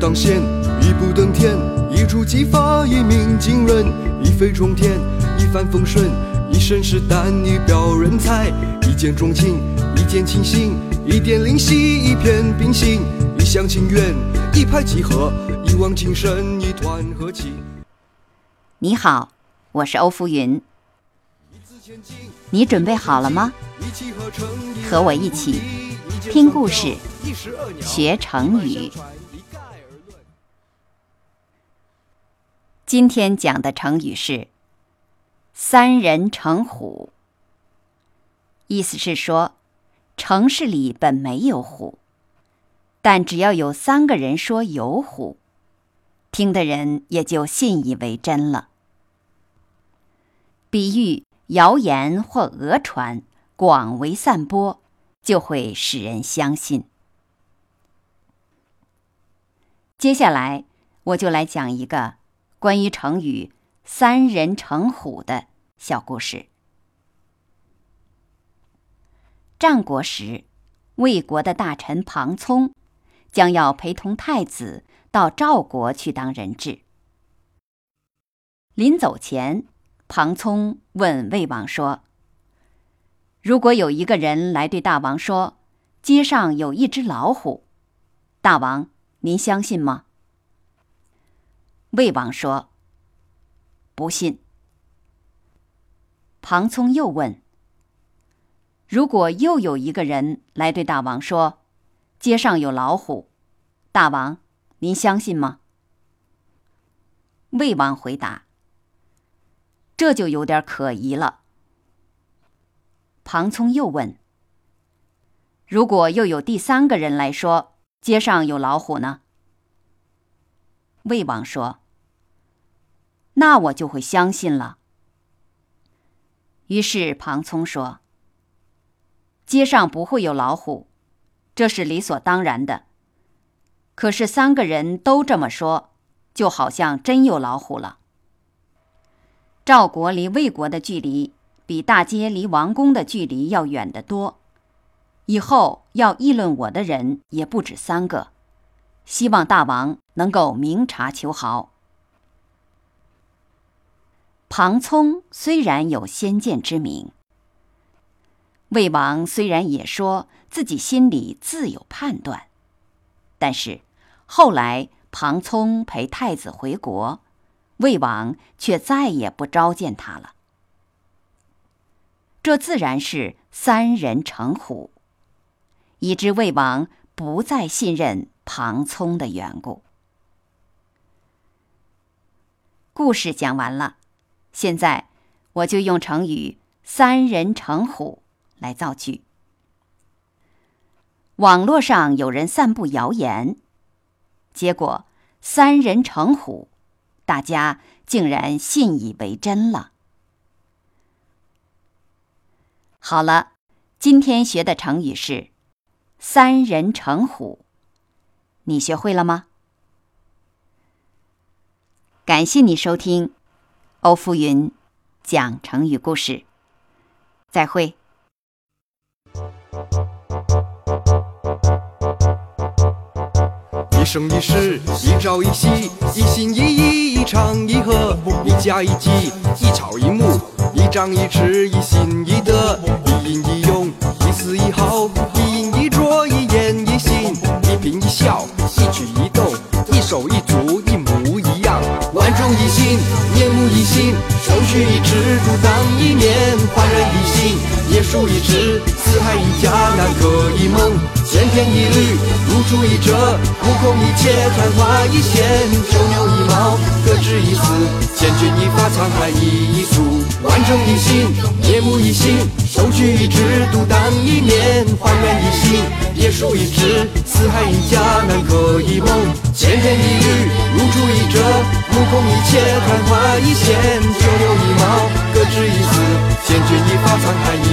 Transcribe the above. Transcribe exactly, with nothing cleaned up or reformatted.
当先，一步登天，一触即发，一鸣惊人，一飞冲天，一帆风顺，一身是胆，一表人才，一见钟情，一见倾心，一点灵犀，一片冰心，一厢情愿，一拍即合，一往情深，一团和气。 你好，我是欧福云，你准备好了吗？和我一起听故事，学成语。今天讲的成语是三人成虎，意思是说城市里本没有虎，但只要有三个人说有虎，听的人也就信以为真了。比喻谣言或讹传广为散播，就会使人相信。接下来我就来讲一个关于成语三人成虎的小故事。战国时，魏国的大臣庞聪将要陪同太子到赵国去当人质。临走前，庞聪问魏王说，如果有一个人来对大王说，街上有一只老虎，大王，您相信吗？魏王说，不信。庞聪又问，如果又有一个人来对大王说，街上有老虎，大王，您相信吗？魏王回答，这就有点可疑了。庞聪又问，如果又有第三个人来说，街上有老虎呢？魏王说，那我就会相信了。于是庞聪说，街上不会有老虎，这是理所当然的。可是三个人都这么说，就好像真有老虎了。赵国离魏国的距离比大街离王宫的距离要远得多，以后要议论我的人也不止三个，希望大王能够明察秋毫。庞聪虽然有先见之明，魏王虽然也说自己心里自有判断，但是后来庞聪陪太子回国，魏王却再也不召见他了。这自然是三人成虎，以致魏王不再信任庞聪的缘故。故事讲完了，现在我就用成语三人成虎来造句。网络上有人散布谣言，结果三人成虎，大家竟然信以为真了。好了，今天学的成语是三人成虎，你学会了吗？感谢你收听欧福云讲成语故事，再会。 一生一世，一朝一夕，一心一意，一唱一和，一家一计，一草一木，一张一弛，一心一德，一阴一用，一丝一毫，一饮一啄，一言一行，一颦一笑，一举一动，一手一足，一模一样，万众一心，面目一新，手取一指，独当一面，焕然一新，叶树一枝，四海一家，南柯一梦，千篇一律，如出一辙，目空一切，昙花一现，九牛一毛，各执一词，千钧一发，沧海一粟，万众一心，面目一新，手取一指，独当一面，焕然一新，叶树一枝，四海一家，南柯一梦，千篇一律，如出一辙，目空一切，昙花一现，九牛一毛，各执一词，千钧一发，沧海